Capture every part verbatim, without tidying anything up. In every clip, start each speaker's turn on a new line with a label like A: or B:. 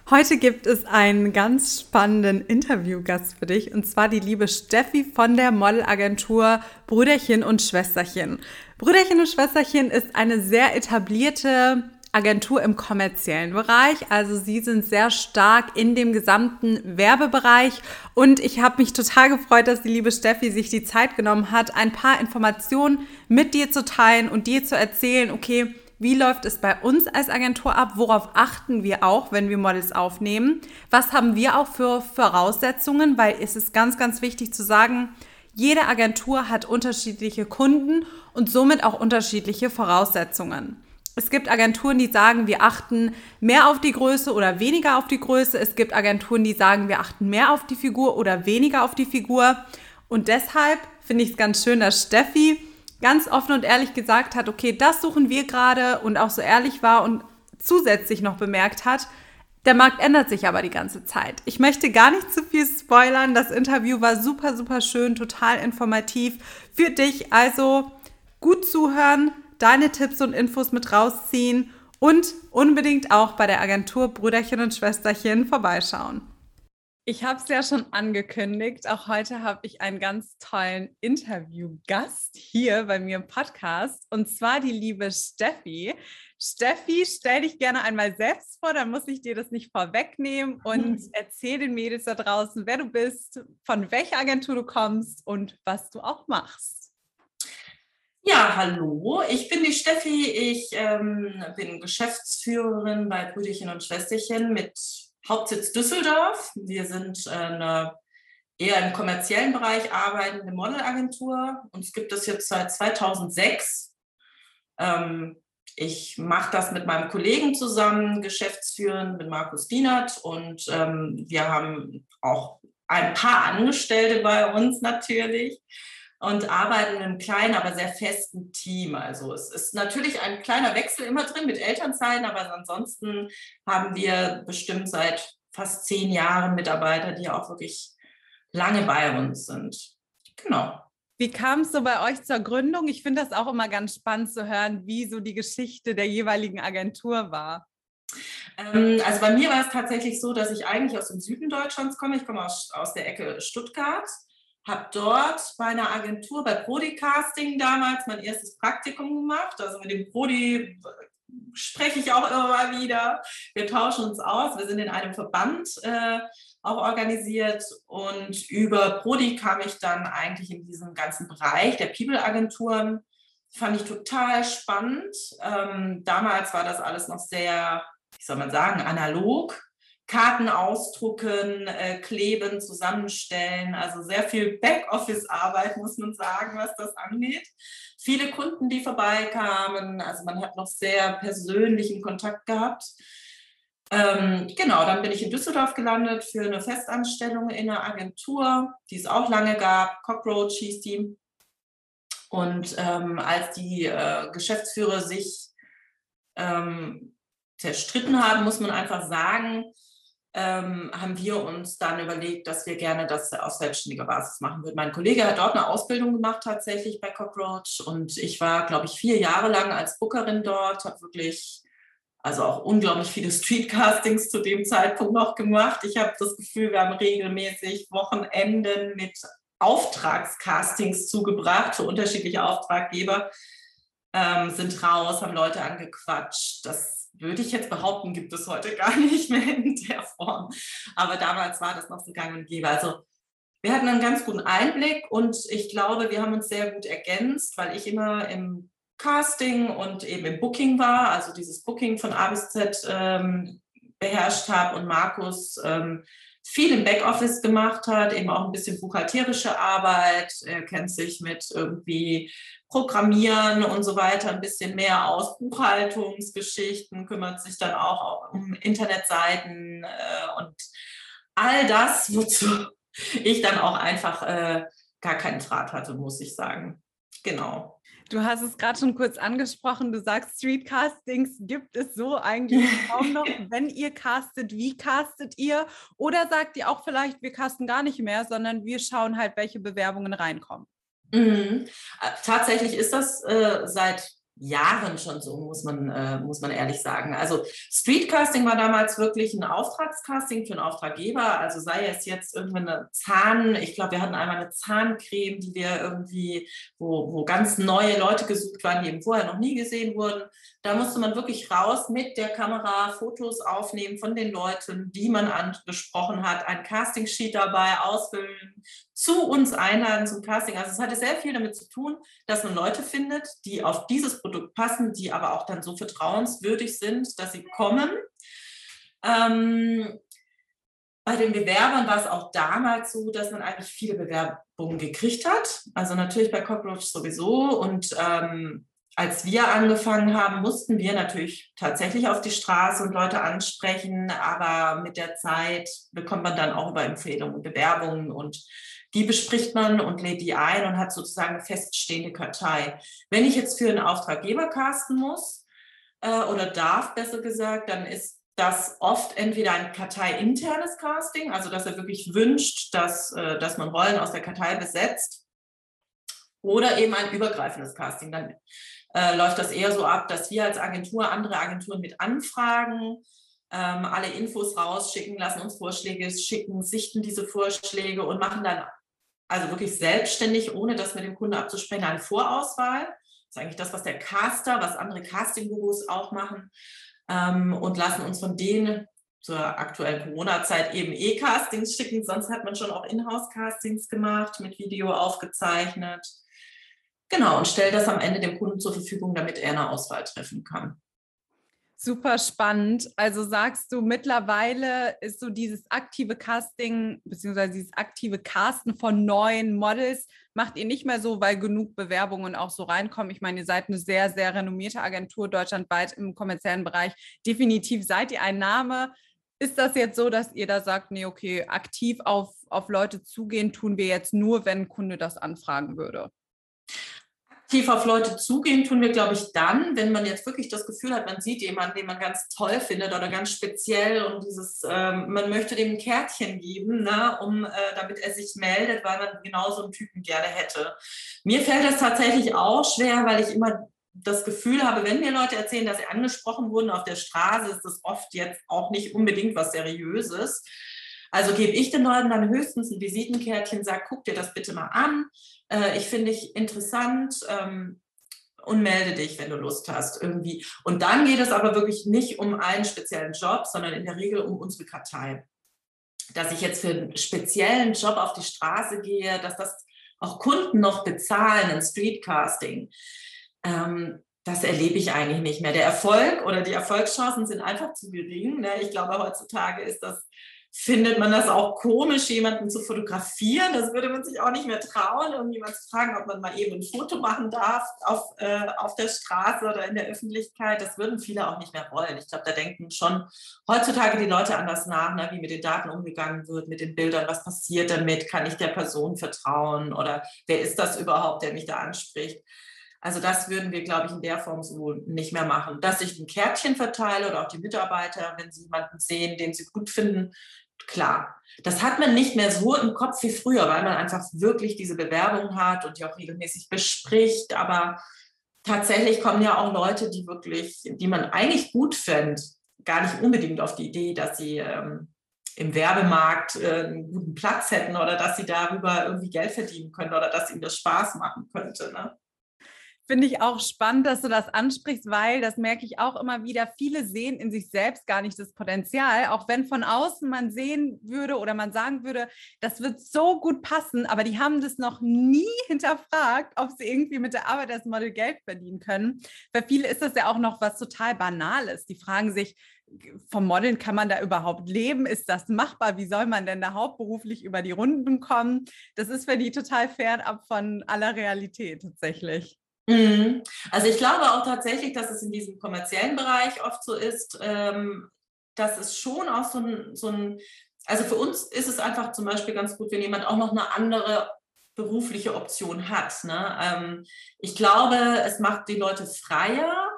A: Heute gibt es einen ganz spannenden Interviewgast für dich, und zwar die liebe Steffi von der Modelagentur Brüderchen und Schwesterchen. Brüderchen und Schwesterchen ist eine sehr etablierte Agentur im kommerziellen Bereich, also sie sind sehr stark in dem gesamten Werbebereich, und ich habe mich total gefreut, dass die liebe Steffi sich die Zeit genommen hat, ein paar Informationen mit dir zu teilen und dir zu erzählen, okay, wie läuft es bei uns als Agentur ab? Worauf achten wir auch, wenn wir Models aufnehmen? Was haben wir auch für Voraussetzungen? Weil es ist ganz, ganz wichtig zu sagen, jede Agentur hat unterschiedliche Kunden und somit auch unterschiedliche Voraussetzungen. Es gibt Agenturen, die sagen, wir achten mehr auf die Größe oder weniger auf die Größe. Es gibt Agenturen, die sagen, wir achten mehr auf die Figur oder weniger auf die Figur. Und deshalb finde ich es ganz schön, dass Steffi ganz offen und ehrlich gesagt hat, okay, das suchen wir gerade, und auch so ehrlich war und zusätzlich noch bemerkt hat, der Markt ändert sich aber die ganze Zeit. Ich möchte gar nicht zu viel spoilern. Das Interview war super, super schön, total informativ für dich. Also gut zuhören, deine Tipps und Infos mit rausziehen und unbedingt auch bei der Agentur Brüderchen und Schwesterchen vorbeischauen. Ich habe es ja schon angekündigt. Auch heute habe ich einen ganz tollen Interviewgast hier bei mir im Podcast, und zwar die liebe Steffi. Steffi, stell dich gerne einmal selbst vor, dann muss ich dir das nicht vorwegnehmen, und erzähl den Mädels da draußen, wer du bist, von welcher Agentur du kommst und was du auch machst.
B: Ja, hallo, ich bin die Steffi. Ich ähm, bin Geschäftsführerin bei Brüderchen und Schwesterchen mit Hauptsitz Düsseldorf. Wir sind äh, eine eher im kommerziellen Bereich arbeitende Modelagentur. Uns gibt es jetzt seit zweitausendsechs. Ähm, ich mache das mit meinem Kollegen zusammen, geschäftsführend mit Markus Dienert, und ähm, wir haben auch ein paar Angestellte bei uns natürlich und arbeiten in einem kleinen, aber sehr festen Team. Also es ist natürlich ein kleiner Wechsel immer drin mit Elternzeiten, aber ansonsten haben wir bestimmt seit fast zehn Jahren Mitarbeiter, die auch wirklich lange bei uns sind. Genau.
A: Wie kam es so bei euch zur Gründung? Ich finde das auch immer ganz spannend zu hören, wie so die Geschichte der jeweiligen Agentur war.
B: Ähm, also bei mir war es tatsächlich so, dass ich eigentlich aus dem Süden Deutschlands komme. Ich komme aus, aus der Ecke Stuttgart. Habe dort bei einer Agentur, bei Prodi Casting damals, mein erstes Praktikum gemacht. Also mit dem Prodi spreche ich auch immer mal wieder. Wir tauschen uns aus. Wir sind in einem Verband äh, auch organisiert. Und über Prodi kam ich dann eigentlich in diesen ganzen Bereich der People-Agenturen. Fand ich total spannend. Ähm, damals war das alles noch sehr, wie soll man sagen, analog. Karten ausdrucken, äh, kleben, zusammenstellen, also sehr viel Backoffice-Arbeit, muss man sagen, was das angeht. Viele Kunden, die vorbeikamen, also man hat noch sehr persönlichen Kontakt gehabt. Ähm, genau, dann bin ich in Düsseldorf gelandet für eine Festanstellung in einer Agentur, die es auch lange gab, Cockroach hieß die. Und ähm, als die äh, Geschäftsführer sich ähm, zerstritten haben, muss man einfach sagen, Ähm, haben wir uns dann überlegt, dass wir gerne das auf selbstständiger Basis machen würden. Mein Kollege hat dort eine Ausbildung gemacht, tatsächlich bei Cockroach, und ich war, glaube ich, vier Jahre lang als Bookerin dort, habe wirklich, also auch unglaublich viele Streetcastings zu dem Zeitpunkt noch gemacht. Ich habe das Gefühl, wir haben regelmäßig Wochenenden mit Auftragscastings zugebracht für unterschiedliche Auftraggeber, ähm, sind raus, haben Leute angequatscht. Das würde ich jetzt behaupten, gibt es heute gar nicht mehr in der Form. Aber damals war das noch so gang und gäbe. Also wir hatten einen ganz guten Einblick, und ich glaube, wir haben uns sehr gut ergänzt, weil ich immer im Casting und eben im Booking war, also dieses Booking von A bis Z ähm, beherrscht habe, und Markus ähm, viel im Backoffice gemacht hat, eben auch ein bisschen buchhalterische Arbeit. Er kennt sich mit irgendwie Programmieren und so weiter ein bisschen mehr aus, Buchhaltungsgeschichten, kümmert sich dann auch um Internetseiten äh, und all das, wozu ich dann auch einfach äh, gar keinen Draht hatte, muss ich sagen. Genau.
A: Du hast es gerade schon kurz angesprochen, du sagst, Streetcastings gibt es so eigentlich kaum noch. Wenn ihr castet, wie castet ihr? Oder sagt ihr auch vielleicht, wir casten gar nicht mehr, sondern wir schauen halt, welche Bewerbungen reinkommen?
B: Mhm. Tatsächlich ist das äh, seit Jahren schon so, muss man, äh, muss man ehrlich sagen. Also Streetcasting war damals wirklich ein Auftragscasting für einen Auftraggeber. Also sei es jetzt irgendwie eine Zahn, ich glaube, wir hatten einmal eine Zahncreme, die wir irgendwie, wo, wo ganz neue Leute gesucht waren, die eben vorher noch nie gesehen wurden. Da musste man wirklich raus mit der Kamera Fotos aufnehmen von den Leuten, die man angesprochen hat, ein Castingsheet dabei ausfüllen, zu uns einladen zum Casting. Also es hatte sehr viel damit zu tun, dass man Leute findet, die auf dieses Produkt passen, die aber auch dann so vertrauenswürdig sind, dass sie kommen. Ähm, bei den Bewerbern war es auch damals so, dass man eigentlich viele Bewerbungen gekriegt hat. Also natürlich bei Cockroach sowieso. Und ähm, als wir angefangen haben, mussten wir natürlich tatsächlich auf die Straße und Leute ansprechen. Aber mit der Zeit bekommt man dann auch über Empfehlungen und Bewerbungen und die bespricht man und lädt die ein und hat sozusagen eine feststehende Kartei. Wenn ich jetzt für einen Auftraggeber casten muss äh, oder darf, besser gesagt, dann ist das oft entweder ein karteiinternes Casting, also dass er wirklich wünscht, dass, äh, dass man Rollen aus der Kartei besetzt, oder eben ein übergreifendes Casting. Dann äh, läuft das eher so ab, dass wir als Agentur andere Agenturen mit anfragen, ähm, alle Infos rausschicken, lassen uns Vorschläge schicken, sichten diese Vorschläge und machen dann also wirklich selbstständig, ohne das mit dem Kunden abzusprechen, eine Vorauswahl. Das ist eigentlich das, was der Caster, was andere Castingbüros auch machen, ähm, und lassen uns von denen zur aktuellen Corona-Zeit eben E-Castings schicken. Sonst hat man schon auch Inhouse-Castings gemacht, mit Video aufgezeichnet. Genau, und stellt das am Ende dem Kunden zur Verfügung, damit er eine Auswahl treffen kann.
A: Super spannend. Also sagst du, mittlerweile ist so dieses aktive Casting beziehungsweise dieses aktive Casten von neuen Models macht ihr nicht mehr so, weil genug Bewerbungen auch so reinkommen. Ich meine, ihr seid eine sehr, sehr renommierte Agentur deutschlandweit im kommerziellen Bereich. Definitiv seid ihr ein Name. Ist das jetzt so, dass ihr da sagt, nee, okay, aktiv auf, auf Leute zugehen tun wir jetzt nur, wenn ein Kunde das anfragen würde?
B: Aktiv auf Leute zugehen tun wir, glaube ich, dann, wenn man jetzt wirklich das Gefühl hat, man sieht jemanden, den man ganz toll findet oder ganz speziell und dieses, ähm, man möchte dem ein Kärtchen geben, ne, um, äh, damit er sich meldet, weil man genau so einen Typen gerne hätte. Mir fällt das tatsächlich auch schwer, weil ich immer das Gefühl habe, wenn mir Leute erzählen, dass sie angesprochen wurden auf der Straße, ist das oft jetzt auch nicht unbedingt was Seriöses. Also gebe ich den Leuten dann höchstens ein Visitenkärtchen, sage, guck dir das bitte mal an. Äh, ich finde dich interessant ähm, und melde dich, wenn du Lust hast irgendwie. Und dann geht es aber wirklich nicht um einen speziellen Job, sondern in der Regel um unsere Kartei. Dass ich jetzt für einen speziellen Job auf die Straße gehe, dass das auch Kunden noch bezahlen, ein Streetcasting, ähm, das erlebe ich eigentlich nicht mehr. Der Erfolg oder die Erfolgschancen sind einfach zu gering. Ne? Ich glaube, heutzutage ist das findet man das auch komisch, jemanden zu fotografieren. Das würde man sich auch nicht mehr trauen, um jemanden zu fragen, ob man mal eben ein Foto machen darf auf, äh, auf der Straße oder in der Öffentlichkeit. Das würden viele auch nicht mehr wollen. Ich glaube, da denken schon heutzutage die Leute anders nach, ne, wie mit den Daten umgegangen wird, mit den Bildern, was passiert damit, kann ich der Person vertrauen oder wer ist das überhaupt, der mich da anspricht. Also das würden wir, glaube ich, in der Form so nicht mehr machen. Dass ich ein Kärtchen verteile oder auch die Mitarbeiter, wenn sie jemanden sehen, den sie gut finden, klar. Das hat man nicht mehr so im Kopf wie früher, weil man einfach wirklich diese Bewerbung hat und die auch regelmäßig bespricht. Aber tatsächlich kommen ja auch Leute, die wirklich, die man eigentlich gut fände, gar nicht unbedingt auf die Idee, dass sie ähm, im Werbemarkt äh, einen guten Platz hätten oder dass sie darüber irgendwie Geld verdienen können oder dass ihnen das Spaß machen könnte, ne?
A: Finde ich auch spannend, dass du das ansprichst, weil das merke ich auch immer wieder. Viele sehen in sich selbst gar nicht das Potenzial, auch wenn von außen man sehen würde oder man sagen würde, das wird so gut passen, aber die haben das noch nie hinterfragt, ob sie irgendwie mit der Arbeit als Model Geld verdienen können. Für viele ist das ja auch noch was total Banales. Die fragen sich, vom Modeln kann man da überhaupt leben? Ist das machbar? Wie soll man denn da hauptberuflich über die Runden kommen? Das ist für die total fernab von aller Realität tatsächlich.
B: Also ich glaube auch tatsächlich, dass es in diesem kommerziellen Bereich oft so ist, ähm, dass es schon auch so ein, so ein, also für uns ist es einfach zum Beispiel ganz gut, wenn jemand auch noch eine andere berufliche Option hat. Ne? Ähm, ich glaube, es macht die Leute freier.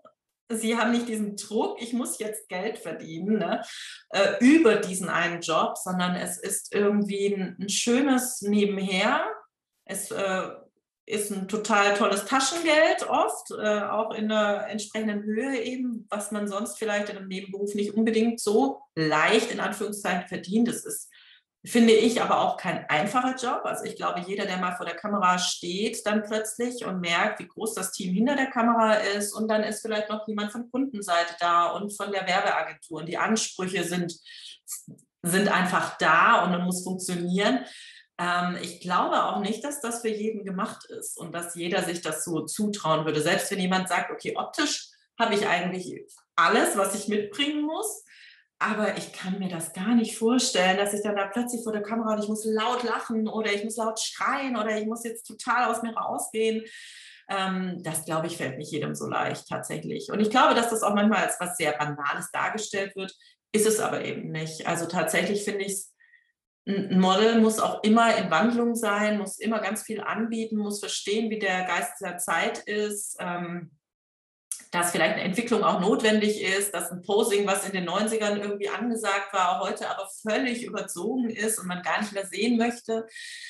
B: Sie haben nicht diesen Druck, ich muss jetzt Geld verdienen, ne, äh, über diesen einen Job, sondern es ist irgendwie ein, ein schönes Nebenher. Es äh, ist ein total tolles Taschengeld oft, äh, auch in der entsprechenden Höhe eben, was man sonst vielleicht in einem Nebenberuf nicht unbedingt so leicht in Anführungszeichen verdient. Das ist, finde ich, aber auch kein einfacher Job. Also ich glaube, jeder, der mal vor der Kamera steht, dann plötzlich und merkt, wie groß das Team hinter der Kamera ist, und dann ist vielleicht noch jemand von Kundenseite da und von der Werbeagentur, und die Ansprüche sind, sind einfach da und dann muss funktionieren. Ähm, ich glaube auch nicht, dass das für jeden gemacht ist und dass jeder sich das so zutrauen würde. Selbst wenn jemand sagt, okay, optisch habe ich eigentlich alles, was ich mitbringen muss, aber ich kann mir das gar nicht vorstellen, dass ich dann da plötzlich vor der Kamera und ich muss laut lachen oder ich muss laut schreien oder ich muss jetzt total aus mir rausgehen. Ähm, das, glaube ich, fällt nicht jedem so leicht tatsächlich. Und ich glaube, dass das auch manchmal als was sehr Banales dargestellt wird, ist es aber eben nicht. Also tatsächlich finde ich es, ein Model muss auch immer in Wandlung sein, muss immer ganz viel anbieten, muss verstehen, wie der Geist der Zeit ist, ähm, dass vielleicht eine Entwicklung auch notwendig ist, dass ein Posing, was in den neunzigern irgendwie angesagt war, heute aber völlig überzogen ist und man gar nicht mehr sehen möchte.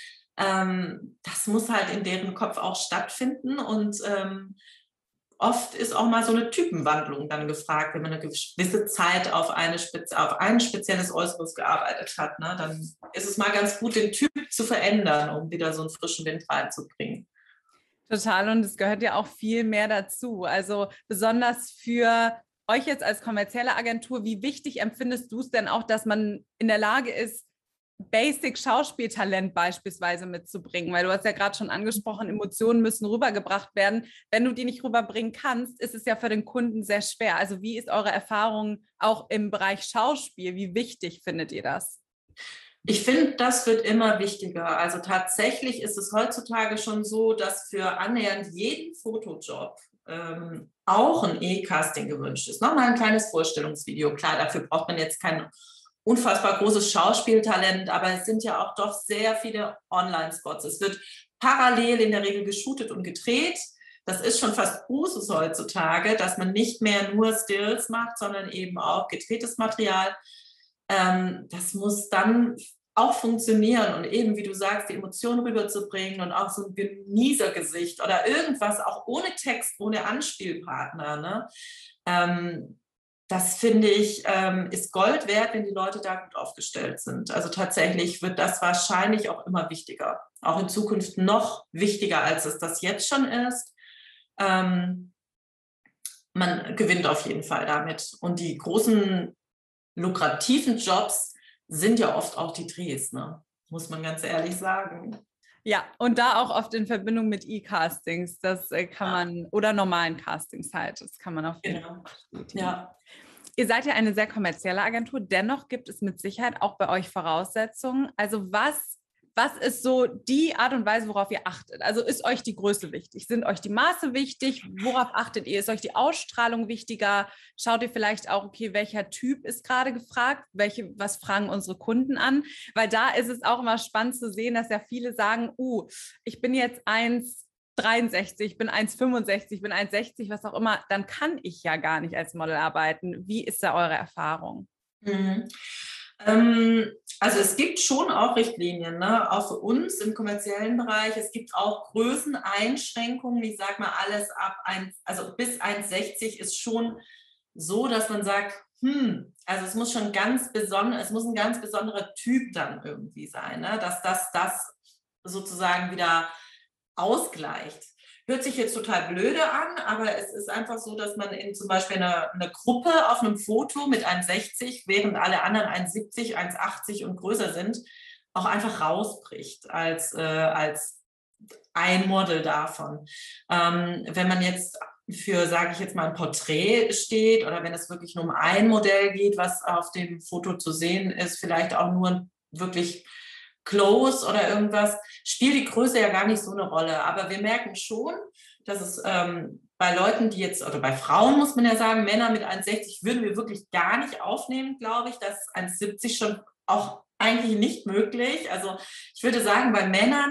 B: Ähm, das muss halt in deren Kopf auch stattfinden, und ähm, oft ist auch mal so eine Typenwandlung dann gefragt, wenn man eine gewisse Zeit auf, eine Spez- auf ein spezielles Äußeres gearbeitet hat. Ne? Dann ist es mal ganz gut, den Typ zu verändern, um wieder so einen frischen Wind reinzubringen.
A: Total, und es gehört ja auch viel mehr dazu. Also besonders für euch jetzt als kommerzielle Agentur, wie wichtig empfindest du es denn auch, dass man in der Lage ist, Basic-Schauspieltalent beispielsweise mitzubringen? Weil du hast ja gerade schon angesprochen, Emotionen müssen rübergebracht werden. Wenn du die nicht rüberbringen kannst, ist es ja für den Kunden sehr schwer. Also wie ist eure Erfahrung auch im Bereich Schauspiel? Wie wichtig findet ihr das?
B: Ich finde, das wird immer wichtiger. Also tatsächlich ist es heutzutage schon so, dass für annähernd jeden Fotojob ähm, auch ein E-Casting gewünscht ist. Nochmal ein kleines Vorstellungsvideo. Klar, dafür braucht man jetzt kein unfassbar großes Schauspieltalent, aber es sind ja auch doch sehr viele Online-Spots. Es wird parallel in der Regel geshootet und gedreht. Das ist schon fast Usus heutzutage, dass man nicht mehr nur Stills macht, sondern eben auch gedrehtes Material. Ähm, das muss dann auch funktionieren und eben, wie du sagst, die Emotionen rüberzubringen und auch so ein Genießergesicht oder irgendwas, auch ohne Text, ohne Anspielpartner. Ne? Ähm, das finde ich, ähm, ist Gold wert, wenn die Leute da gut aufgestellt sind. Also tatsächlich wird das wahrscheinlich auch immer wichtiger, auch in Zukunft noch wichtiger, als es das jetzt schon ist. Ähm, man gewinnt auf jeden Fall damit. Und die großen lukrativen Jobs sind ja oft auch die Drehs, ne? Muss man ganz ehrlich sagen.
A: Ja, und da auch oft in Verbindung mit E-Castings, das äh, kann man, oder normalen Castings halt, das kann man auf jeden
B: Genau.
A: Fall bestätigen.
B: Ja.
A: Ihr seid ja eine sehr kommerzielle Agentur, dennoch gibt es mit Sicherheit auch bei euch Voraussetzungen. Also was, was ist so die Art und Weise, worauf ihr achtet? Also ist euch die Größe wichtig? Sind euch die Maße wichtig? Worauf achtet ihr? Ist euch die Ausstrahlung wichtiger? Schaut ihr vielleicht auch, okay, welcher Typ ist gerade gefragt? Welche, was fragen unsere Kunden an? Weil da ist es auch immer spannend zu sehen, dass ja viele sagen, uh, ich bin jetzt eins dreiundsechzig, ich bin eins fünfundsechzig, ich bin eins sechzig, was auch immer, dann kann ich ja gar nicht als Model arbeiten. Wie ist da eure Erfahrung?
B: Mhm. Ähm, also es gibt schon auch Richtlinien, ne? Auch für uns im kommerziellen Bereich. Es gibt auch Größeneinschränkungen. Ich sage mal, alles ab eins, also bis eins sechzig ist schon so, dass man sagt, hm, also es muss schon ganz besonders, es muss ein ganz besonderer Typ dann irgendwie sein, ne? Dass das das sozusagen wieder ausgleicht. Hört sich jetzt total blöde an, aber es ist einfach so, dass man in zum Beispiel eine, eine Gruppe auf einem Foto mit eins sechzig, während alle anderen eins siebzig, eins achtzig und größer sind, auch einfach rausbricht als, äh, als ein Model davon. Ähm, wenn man jetzt für, sage ich jetzt mal, ein Porträt steht oder wenn es wirklich nur um ein Modell geht, was auf dem Foto zu sehen ist, vielleicht auch nur wirklich Close oder irgendwas, spielt die Größe ja gar nicht so eine Rolle. Aber wir merken schon, dass es ähm, bei Leuten, die jetzt, oder bei Frauen muss man ja sagen, Männer mit eins sechzig würden wir wirklich gar nicht aufnehmen, glaube ich. Das ist eins siebzig schon auch eigentlich nicht möglich. Also ich würde sagen, bei Männern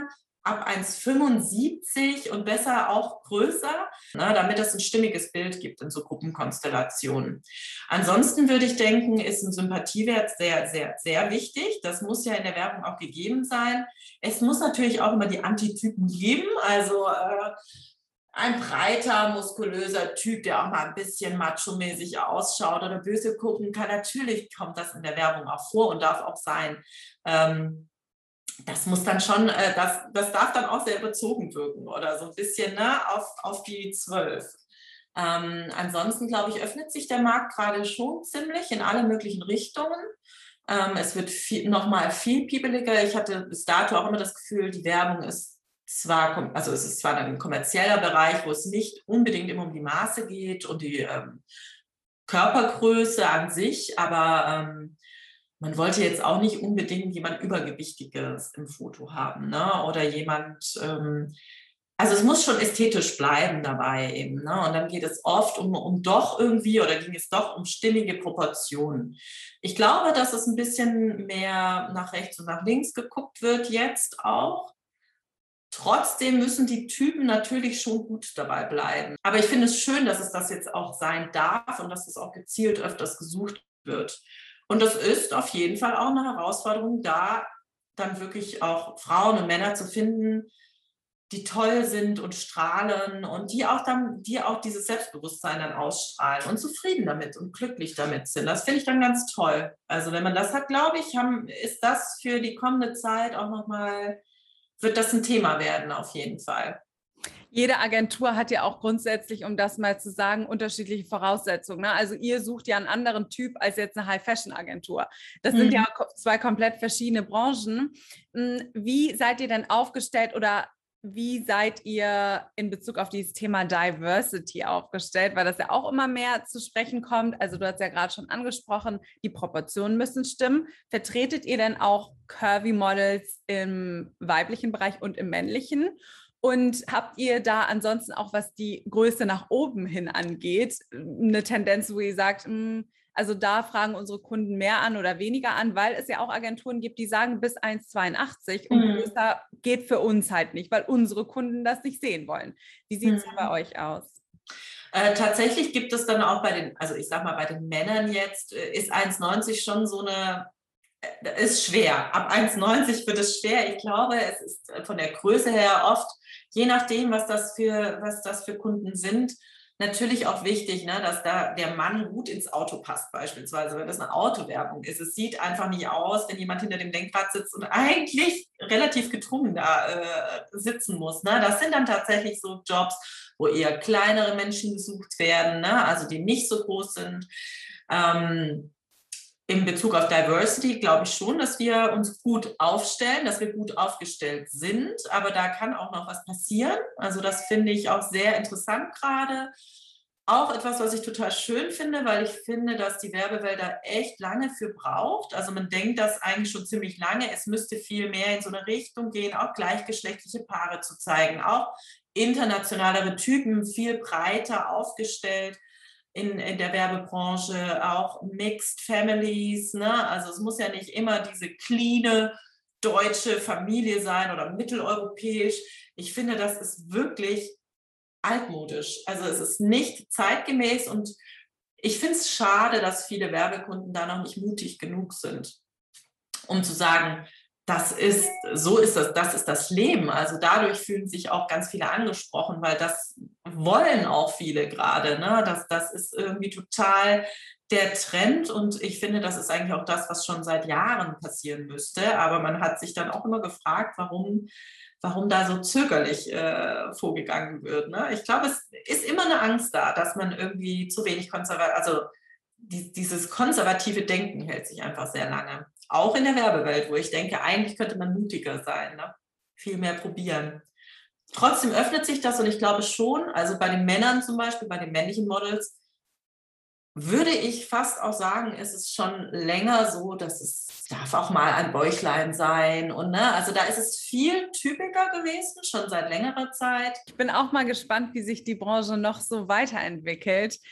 B: ab eins Komma fünfundsiebzig und besser auch größer, ne, damit es ein stimmiges Bild gibt in so Gruppenkonstellationen. Ansonsten würde ich denken, ist ein Sympathiewert sehr, sehr, sehr wichtig. Das muss ja in der Werbung auch gegeben sein. Es muss natürlich auch immer die Antitypen geben, also äh, ein breiter, muskulöser Typ, der auch mal ein bisschen macho-mäßig ausschaut oder böse gucken kann. Natürlich kommt das in der Werbung auch vor und darf auch sein. Ähm, Das muss dann schon, äh, das, das darf dann auch sehr überzogen wirken oder so ein bisschen, ne, auf, auf die zwölf. Ähm, ansonsten, glaube ich, öffnet sich der Markt gerade schon ziemlich in alle möglichen Richtungen. Ähm, es wird viel, nochmal viel piepeliger. Ich hatte bis dato auch immer das Gefühl, die Werbung ist zwar, also es ist zwar ein kommerzieller Bereich, wo es nicht unbedingt immer um die Maße geht und die ähm, Körpergröße an sich, aber ähm, man wollte jetzt auch nicht unbedingt jemand Übergewichtiges im Foto haben, ne? Oder jemand, ähm, also es muss schon ästhetisch bleiben dabei eben, ne? Und dann geht es oft um, um doch irgendwie, oder ging es doch um stimmige Proportionen. Ich glaube, dass es ein bisschen mehr nach rechts und nach links geguckt wird jetzt auch. Trotzdem müssen die Typen natürlich schon gut dabei bleiben. Aber ich finde es schön, dass es das jetzt auch sein darf und dass es auch gezielt öfters gesucht wird. Und das ist auf jeden Fall auch eine Herausforderung, da dann wirklich auch Frauen und Männer zu finden, die toll sind und strahlen und die auch dann, die auch dieses Selbstbewusstsein dann ausstrahlen und zufrieden damit und glücklich damit sind. Das finde ich dann ganz toll. Also wenn man das hat, glaube ich, haben, ist das für die kommende Zeit auch nochmal, wird das ein Thema werden auf jeden Fall.
A: Jede Agentur hat ja auch grundsätzlich, um das mal zu sagen, unterschiedliche Voraussetzungen. Ne? Also ihr sucht ja einen anderen Typ als jetzt eine High-Fashion-Agentur. Das mhm. sind ja zwei komplett verschiedene Branchen. Wie seid ihr denn aufgestellt oder wie seid ihr in Bezug auf dieses Thema Diversity aufgestellt? Weil das ja auch immer mehr zu sprechen kommt. Also du hast ja gerade schon angesprochen, die Proportionen müssen stimmen. Vertretet ihr denn auch Curvy-Models im weiblichen Bereich und im männlichen? Und habt ihr da ansonsten auch, was die Größe nach oben hin angeht, eine Tendenz, wo ihr sagt, mh, also da fragen unsere Kunden mehr an oder weniger an, weil es ja auch Agenturen gibt, die sagen bis eins Komma zweiundachtzig und
B: Mhm.
A: größer geht für uns halt nicht, weil unsere Kunden das nicht sehen wollen. Wie sieht es
B: Mhm.
A: bei euch aus?
B: Äh, tatsächlich gibt es dann auch bei den, also ich sag mal, bei den Männern jetzt, äh, ist eins Komma neunzig schon so eine, äh, ist schwer. Ab eins Komma neunzig wird es schwer. Ich glaube, es ist von der Größe her oft, je nachdem, was das für, was das für Kunden sind, natürlich auch wichtig, ne, dass da der Mann gut ins Auto passt beispielsweise, wenn das eine Autowerbung ist. Es sieht einfach nicht aus, wenn jemand hinter dem Lenkrad sitzt und eigentlich relativ gedrungen da äh, sitzen muss. Ne? Das sind dann tatsächlich so Jobs, wo eher kleinere Menschen gesucht werden, ne? Also die nicht so groß sind. Ähm, in Bezug auf Diversity glaube ich schon, dass wir uns gut aufstellen, dass wir gut aufgestellt sind, aber da kann auch noch was passieren. Also das finde ich auch sehr interessant gerade. Auch etwas, was ich total schön finde, weil ich finde, dass die Werbewelt da echt lange für braucht. Also man denkt das eigentlich schon ziemlich lange. Es müsste viel mehr in so eine Richtung gehen, auch gleichgeschlechtliche Paare zu zeigen, auch internationalere Typen, viel breiter aufgestellt. In, in der Werbebranche, auch Mixed Families, ne? Also es muss ja nicht immer diese cleane deutsche Familie sein oder mitteleuropäisch. Ich finde, das ist wirklich altmodisch. Also es ist nicht zeitgemäß und ich finde es schade, dass viele Werbekunden da noch nicht mutig genug sind, um zu sagen, das ist, so ist das, das ist das Leben. Also dadurch fühlen sich auch ganz viele angesprochen, weil das wollen auch viele gerade, ne? Das, das ist irgendwie total der Trend und ich finde, das ist eigentlich auch das, was schon seit Jahren passieren müsste. Aber man hat sich dann auch immer gefragt, warum, warum da so zögerlich äh, vorgegangen wird. Ne? Ich glaube, es ist immer eine Angst da, dass man irgendwie zu wenig konservativ, also die, dieses konservative Denken hält sich einfach sehr lange. Auch in der Werbewelt, wo ich denke, eigentlich könnte man mutiger sein, ne? Viel mehr probieren. Trotzdem öffnet sich das und ich glaube schon, also bei den Männern zum Beispiel, bei den männlichen Models, würde ich fast auch sagen, ist es schon länger so, dass es darf auch mal ein Bäuchlein sein. Und ne, also da ist es viel typischer gewesen, schon seit längerer Zeit.
A: Ich bin auch mal gespannt, wie sich die Branche noch so weiterentwickelt.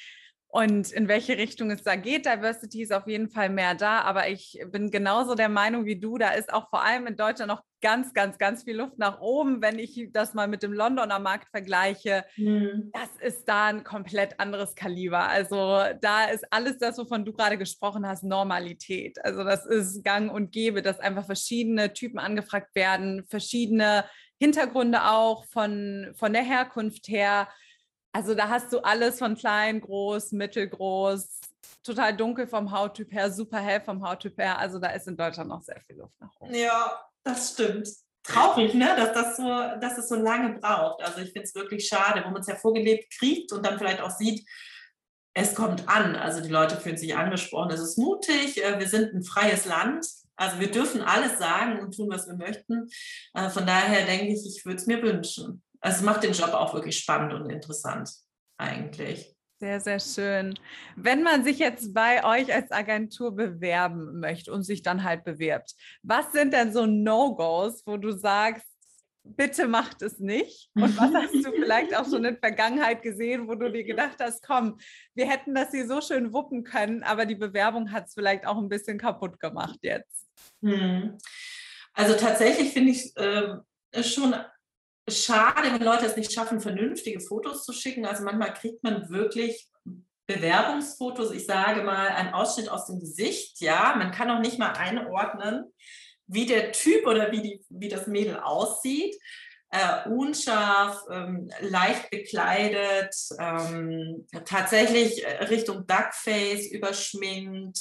A: Und in welche Richtung es da geht, Diversity ist auf jeden Fall mehr da, aber ich bin genauso der Meinung wie du, da ist auch vor allem in Deutschland noch ganz, ganz, ganz viel Luft nach oben, wenn ich das mal mit dem Londoner Markt vergleiche. Mhm. Das ist da ein komplett anderes Kaliber. Also da ist alles das, wovon du gerade gesprochen hast, Normalität. Also das ist gang und gäbe, dass einfach verschiedene Typen angefragt werden, verschiedene Hintergründe auch von, von der Herkunft her. Also da hast du alles von klein, groß, mittelgroß, total dunkel vom Hauttyp her, super hell vom Hauttyp her. Also da ist in Deutschland noch sehr viel Luft nach oben.
B: Ja, das stimmt. Traurig, ne? dass, das so, dass es so lange braucht. Also ich finde es wirklich schade, wo man es ja vorgelebt kriegt und dann vielleicht auch sieht, es kommt an. Also die Leute fühlen sich angesprochen. Es ist mutig, wir sind ein freies Land. Also wir dürfen alles sagen und tun, was wir möchten. Von daher denke ich, ich würde es mir wünschen. Also es macht den Job auch wirklich spannend und interessant eigentlich.
A: Sehr, sehr schön. Wenn man sich jetzt bei euch als Agentur bewerben möchte und sich dann halt bewirbt, was sind denn so No-Gos, wo du sagst, bitte macht es nicht? Und was hast du vielleicht auch schon in der Vergangenheit gesehen, wo du dir gedacht hast, komm, wir hätten das hier so schön wuppen können, aber die Bewerbung hat es vielleicht auch ein bisschen kaputt gemacht jetzt?
B: Hm. Also tatsächlich finde ich äh, schon schade, wenn Leute es nicht schaffen, vernünftige Fotos zu schicken. Also manchmal kriegt man wirklich Bewerbungsfotos, ich sage mal, ein Ausschnitt aus dem Gesicht, ja. Man kann auch nicht mal einordnen, wie der Typ oder wie, die, wie das Mädel aussieht. Äh, unscharf, ähm, leicht bekleidet, ähm, tatsächlich Richtung Duckface überschminkt,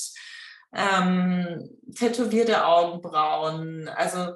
B: ähm, tätowierte Augenbrauen, also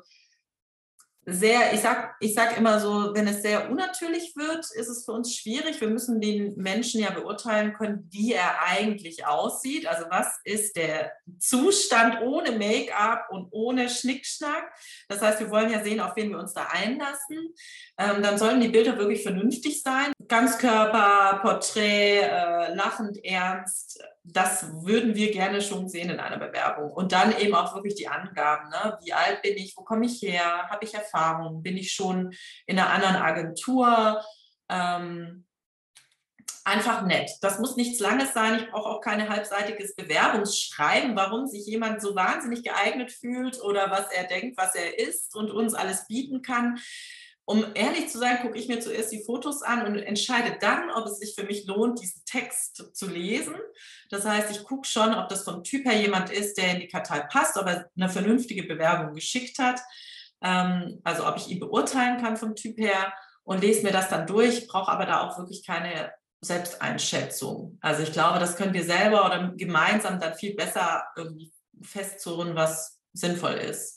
B: sehr, ich sag, ich sag immer so, wenn es sehr unnatürlich wird, ist es für uns schwierig. Wir müssen den Menschen ja beurteilen können, wie er eigentlich aussieht. Also was ist der Zustand ohne Make-up und ohne Schnickschnack? Das heißt, wir wollen ja sehen, auf wen wir uns da einlassen. Ähm, dann sollen die Bilder wirklich vernünftig sein. Ganzkörper, Porträt, äh, lachend, ernst. Das würden wir gerne schon sehen in einer Bewerbung. Und dann eben auch wirklich die Angaben. Ne? Wie alt bin ich? Wo komme ich her? Habe ich Erfahrung? Bin ich schon in einer anderen Agentur? Ähm, einfach nett. Das muss nichts Langes sein. Ich brauche auch kein halbseitiges Bewerbungsschreiben, warum sich jemand so wahnsinnig geeignet fühlt oder was er denkt, was er ist und uns alles bieten kann. Um ehrlich zu sein, gucke ich mir zuerst die Fotos an und entscheide dann, ob es sich für mich lohnt, diesen Text zu lesen. Das heißt, ich gucke schon, ob das vom Typ her jemand ist, der in die Kartei passt, ob er eine vernünftige Bewerbung geschickt hat. Ähm, also ob ich ihn beurteilen kann vom Typ her und lese mir das dann durch, brauche aber da auch wirklich keine Selbsteinschätzung. Also ich glaube, das können wir selber oder gemeinsam dann viel besser irgendwie festzurren, was sinnvoll ist.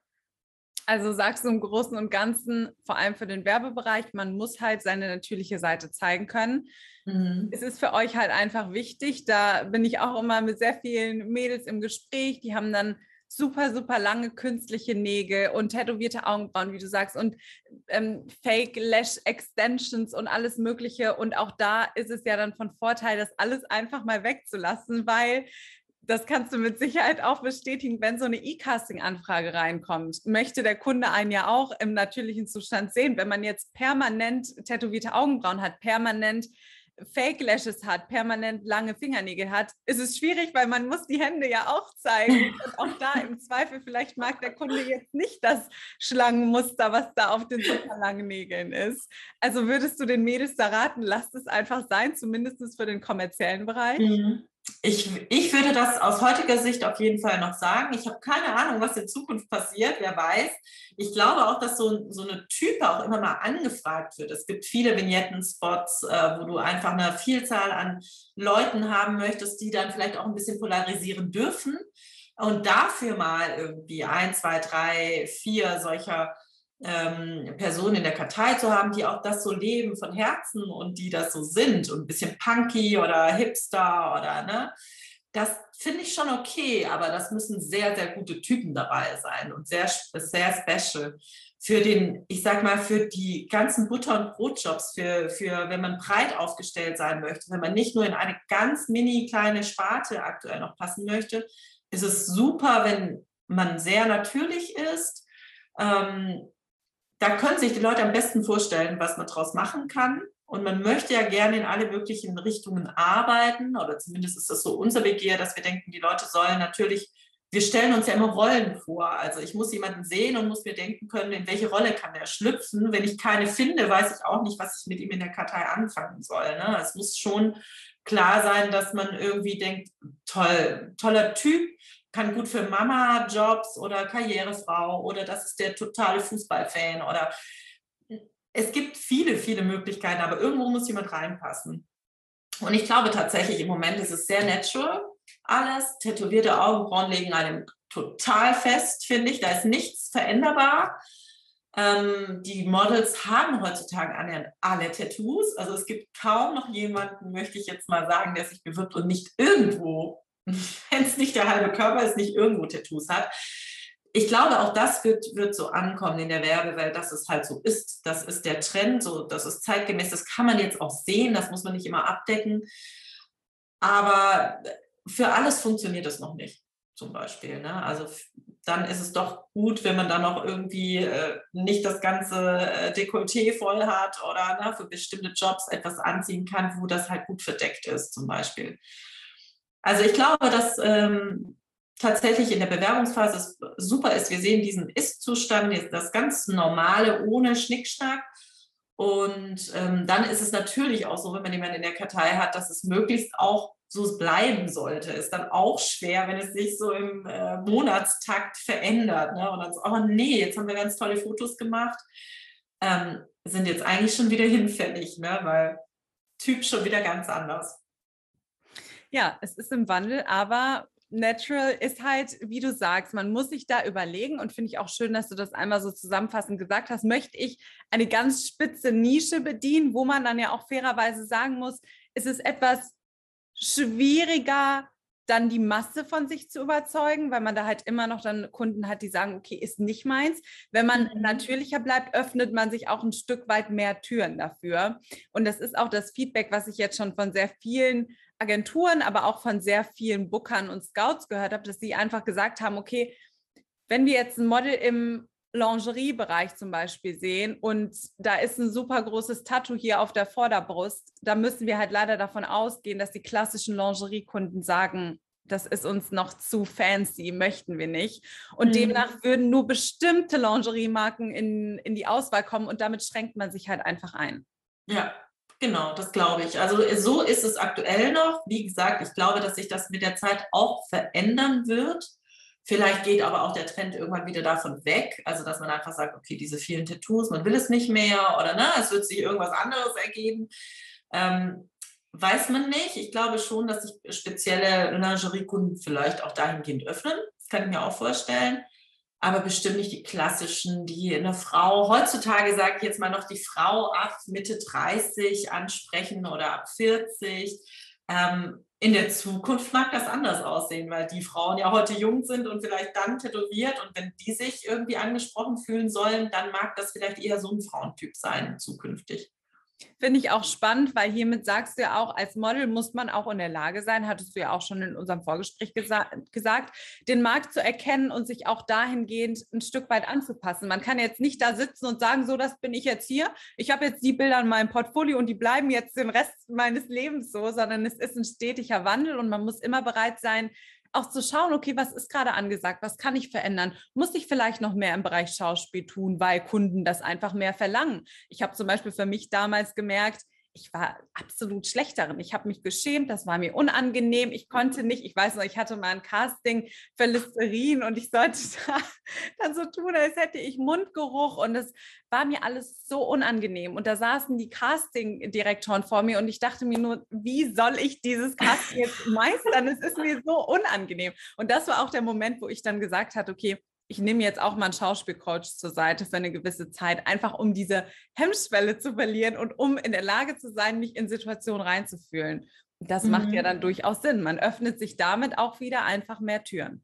A: Also sagst du im Großen und Ganzen, vor allem für den Werbebereich, man muss halt seine natürliche Seite zeigen können. Mhm. Es ist für euch halt einfach wichtig, da bin ich auch immer mit sehr vielen Mädels im Gespräch, die haben dann super, super lange künstliche Nägel und tätowierte Augenbrauen, wie du sagst, und ähm, Fake Lash Extensions und alles Mögliche. Und auch da ist es ja dann von Vorteil, das alles einfach mal wegzulassen, weil das kannst du mit Sicherheit auch bestätigen, wenn so eine E-Casting-Anfrage reinkommt, möchte der Kunde einen ja auch im natürlichen Zustand sehen. Wenn man jetzt permanent tätowierte Augenbrauen hat, permanent Fake Lashes hat, permanent lange Fingernägel hat, ist es schwierig, weil man muss die Hände ja auch zeigen. Und auch da im Zweifel, vielleicht mag der Kunde jetzt nicht das Schlangenmuster, was da auf den super langen Nägeln ist. Also würdest du den Mädels da raten, lasst es einfach sein, zumindest für den kommerziellen Bereich?
B: Mhm. Ich, ich würde das aus heutiger Sicht auf jeden Fall noch sagen. Ich habe keine Ahnung, was in Zukunft passiert, wer weiß. Ich glaube auch, dass so, so eine Type auch immer mal angefragt wird. Es gibt viele Vignetten-Spots, äh, wo du einfach eine Vielzahl an Leuten haben möchtest, die dann vielleicht auch ein bisschen polarisieren dürfen. Und dafür mal irgendwie ein, zwei, drei, vier solcher Ähm, Personen in der Kartei zu haben, die auch das so leben von Herzen und die das so sind und ein bisschen punky oder hipster oder ne, das finde ich schon okay, aber das müssen sehr, sehr gute Typen dabei sein und sehr, sehr special. Für den, ich sag mal, für die ganzen Butter- und Brotjobs, für, für, wenn man breit aufgestellt sein möchte, wenn man nicht nur in eine ganz mini kleine Sparte aktuell noch passen möchte, ist es super, wenn man sehr natürlich ist. Ähm, Da können sich die Leute am besten vorstellen, was man daraus machen kann Und man möchte ja gerne in alle möglichen Richtungen arbeiten, oder zumindest ist das so unser Begehr, dass wir denken, die Leute sollen natürlich, wir stellen uns ja immer Rollen vor. Also ich muss jemanden sehen und muss mir denken können, in welche Rolle kann der schlüpfen. Wenn ich keine finde, weiß ich auch nicht, was ich mit ihm in der Kartei anfangen soll. Ne? Es muss schon klar sein, dass man irgendwie denkt, toll, toller Typ, kann gut für Mama-Jobs oder Karrierefrau, oder das ist der totale Fußballfan, oder es gibt viele, viele Möglichkeiten, aber irgendwo muss jemand reinpassen. Und ich glaube tatsächlich, im Moment ist es sehr natural alles. Tätowierte Augenbrauen legen einem total fest, finde ich. Da ist nichts veränderbar. Ähm, die Models haben heutzutage annähernd alle Tattoos. Also es gibt kaum noch jemanden, möchte ich jetzt mal sagen, der sich bewirbt und nicht irgendwo, wenn es nicht der halbe Körper ist, nicht irgendwo Tattoos hat. Ich glaube, auch das wird, wird so ankommen in der Werbewelt, dass es halt so ist. Das ist der Trend, so, das ist zeitgemäß. Das kann man jetzt auch sehen, das muss man nicht immer abdecken. Aber für alles funktioniert es noch nicht, zum Beispiel. Ne? Also dann ist es doch gut, wenn man dann noch irgendwie äh, nicht das ganze äh, Dekolleté voll hat oder ne, für bestimmte Jobs etwas anziehen kann, wo das halt gut verdeckt ist, zum Beispiel. Also ich glaube, dass ähm, tatsächlich in der Bewerbungsphase es super ist. Wir sehen diesen Ist-Zustand, das ganz Normale, ohne Schnickschnack. Und ähm, dann ist es natürlich auch so, wenn man jemanden in der Kartei hat, dass es möglichst auch so bleiben sollte. Ist dann auch schwer, wenn es sich so im äh, Monatstakt verändert. Ne? Und dann so, oh nee, jetzt haben wir ganz tolle Fotos gemacht, ähm, sind jetzt eigentlich schon wieder hinfällig, ne? Weil Typ schon wieder ganz anders.
A: Ja, es ist im Wandel, aber natural ist halt, wie du sagst, man muss sich da überlegen, und finde ich auch schön, dass du das einmal so zusammenfassend gesagt hast, möchte ich eine ganz spitze Nische bedienen, wo man dann ja auch fairerweise sagen muss, es ist etwas schwieriger, dann die Masse von sich zu überzeugen, weil man da halt immer noch dann Kunden hat, die sagen, okay, ist nicht meins. Wenn man mhm. natürlicher bleibt, öffnet man sich auch ein Stück weit mehr Türen dafür. Und das ist auch das Feedback, was ich jetzt schon von sehr vielen Agenturen, aber auch von sehr vielen Bookern und Scouts gehört habe, dass sie einfach gesagt haben, okay, wenn wir jetzt ein Model im Lingerie-Bereich zum Beispiel sehen und da ist ein super großes Tattoo hier auf der Vorderbrust, da müssen wir halt leider davon ausgehen, dass die klassischen Lingerie-Kunden sagen, das ist uns noch zu fancy, möchten wir nicht. Und mhm. demnach würden nur bestimmte Lingerie-Marken in, in die Auswahl kommen und damit schränkt man sich halt einfach ein.
B: Ja, genau, das glaube ich. Also so ist es aktuell noch. Wie gesagt, ich glaube, dass sich das mit der Zeit auch verändern wird. Vielleicht geht aber auch der Trend irgendwann wieder davon weg, also dass man einfach sagt, okay, diese vielen Tattoos, man will es nicht mehr oder ne, es wird sich irgendwas anderes ergeben. Ähm, weiß man nicht. Ich glaube schon, dass sich spezielle Lingerie-Kunden vielleicht auch dahingehend öffnen. Das kann ich mir auch vorstellen. Aber bestimmt nicht die klassischen, die eine Frau, heutzutage sage ich jetzt mal noch die Frau ab Mitte dreißig ansprechen oder ab vierzig. Ähm, in der Zukunft mag das anders aussehen, weil die Frauen ja heute jung sind und vielleicht dann tätowiert, und wenn die sich irgendwie angesprochen fühlen sollen, dann mag das vielleicht eher so ein Frauentyp sein zukünftig.
A: Finde ich auch spannend, weil hiermit sagst du ja auch, als Model muss man auch in der Lage sein, hattest du ja auch schon in unserem Vorgespräch gesa- gesagt, den Markt zu erkennen und sich auch dahingehend ein Stück weit anzupassen. Man kann jetzt nicht da sitzen und sagen, so, das bin ich jetzt hier, ich habe jetzt die Bilder in meinem Portfolio und die bleiben jetzt den Rest meines Lebens so, sondern es ist ein stetiger Wandel und man muss immer bereit sein, auch zu schauen, okay, was ist gerade angesagt, was kann ich verändern? Muss ich vielleicht noch mehr im Bereich Schauspiel tun, weil Kunden das einfach mehr verlangen? Ich habe zum Beispiel für mich damals gemerkt, ich war absolut schlecht darin. Ich habe mich geschämt, das war mir unangenehm. Ich konnte nicht, ich weiß noch, ich hatte mal ein Casting für Listerine und ich sollte da dann so tun, als hätte ich Mundgeruch, und es war mir alles so unangenehm. Und da saßen die Casting-Direktoren vor mir und ich dachte mir nur, wie soll ich dieses Casting jetzt meistern? Es ist mir so unangenehm. Und das war auch der Moment, wo ich dann gesagt habe, okay, ich nehme jetzt auch mal einen Schauspielcoach zur Seite für eine gewisse Zeit, einfach um diese Hemmschwelle zu verlieren und um in der Lage zu sein, mich in Situationen reinzufühlen. Das mhm. macht ja dann durchaus Sinn. Man öffnet sich damit auch wieder einfach mehr Türen.